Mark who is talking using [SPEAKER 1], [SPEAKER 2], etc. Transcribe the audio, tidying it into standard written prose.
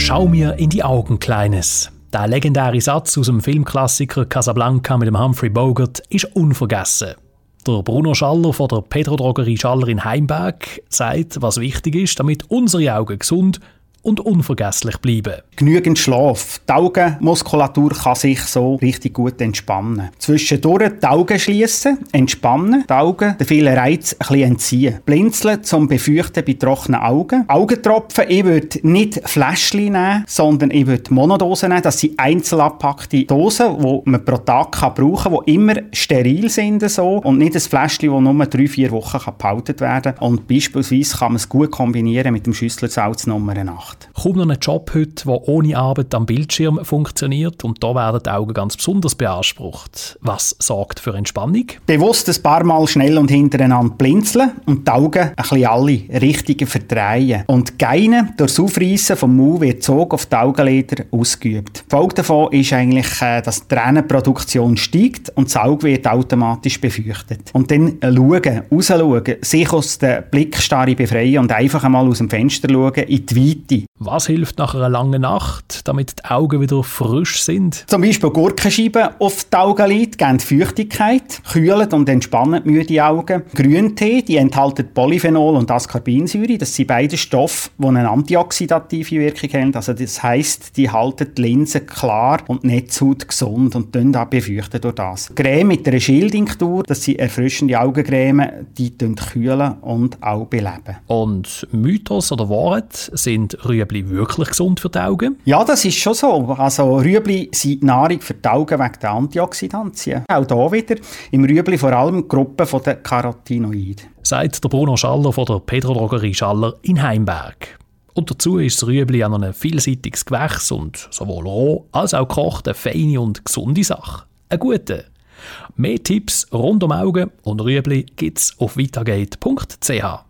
[SPEAKER 1] «Schau mir in die Augen, Kleines». Der legendäre Satz aus dem Filmklassiker Casablanca mit dem Humphrey Bogart ist unvergessen. Der Bruno Schaller von der Pedro-Drogerie Schaller in Heimberg sagt, was wichtig ist, damit unsere Augen gesund und unvergesslich bleiben.
[SPEAKER 2] Genügend Schlaf. Die Augenmuskulatur kann sich so richtig gut entspannen. Zwischendurch die Augen schliessen, entspannen, die Augen den vielen Reiz ein bisschen entziehen. Blinzeln zum Befürchten bei trockenen Augen. Augentropfen, ich würde nicht Fläschchen nehmen, sondern ich würde Monodosen nehmen. Das sind einzeln abgepackte Dosen, die man pro Tag brauchen kann, die immer steril sind so, und nicht ein Fläschchen, das nur 3-4 Wochen behalten werden kann. Und beispielsweise kann man es gut kombinieren mit dem Schüsselsalz Nummer 8.
[SPEAKER 1] Kaum noch ein Job heute, der ohne Arbeit am Bildschirm funktioniert, und da werden die Augen ganz besonders beansprucht. Was sorgt für Entspannung? Bewusst
[SPEAKER 2] ein paar Mal schnell und hintereinander blinzeln und die Augen ein bisschen alle richtigen verdrehen. Und Geine durch das Aufreissen vom Mund wird Zug auf die Augenlider ausgeübt. Die Folge davon ist eigentlich, dass die Tränenproduktion steigt und das Auge wird automatisch befeuchtet. Und dann rausschauen, sich aus der Blickstarre befreien und einfach einmal aus dem Fenster schauen in die Weite.
[SPEAKER 1] Was hilft nach einer langen Nacht, damit die Augen wieder frisch sind?
[SPEAKER 2] Zum Beispiel Gurkenscheiben auf die Augenlid geben Feuchtigkeit, kühlen und entspannen müde Augen. Grüntee, die enthalten Polyphenol und Ascorbinsäure. Das sind beide Stoffe, die eine antioxidative Wirkung haben. Also das heisst, die halten die Linse klar und die Netzhaut gesund und befeuchten durch das. Creme mit einer Schildinktur, das sind erfrischende Augencreme, die kühlen und auch beleben.
[SPEAKER 1] Und Mythos oder Wahrheit, sind Rüebli wirklich gesund für die Augen?
[SPEAKER 2] Ja, das ist schon so. Also Rüebli sind Nahrung für die Augen wegen der Antioxidantien. Auch hier wieder im Rüebli vor allem die Gruppe der Carotinoide.
[SPEAKER 1] Sagt der Bruno Schaller von der Pedro-Drogerie Schaller in Heimberg. Und dazu ist das Rüebli auch noch ein vielseitiges Gewächs und sowohl roh als auch gekocht eine feine und gesunde Sache. Eine gute. Mehr Tipps rund um Augen und Rüebli gibt's auf vitagate.ch.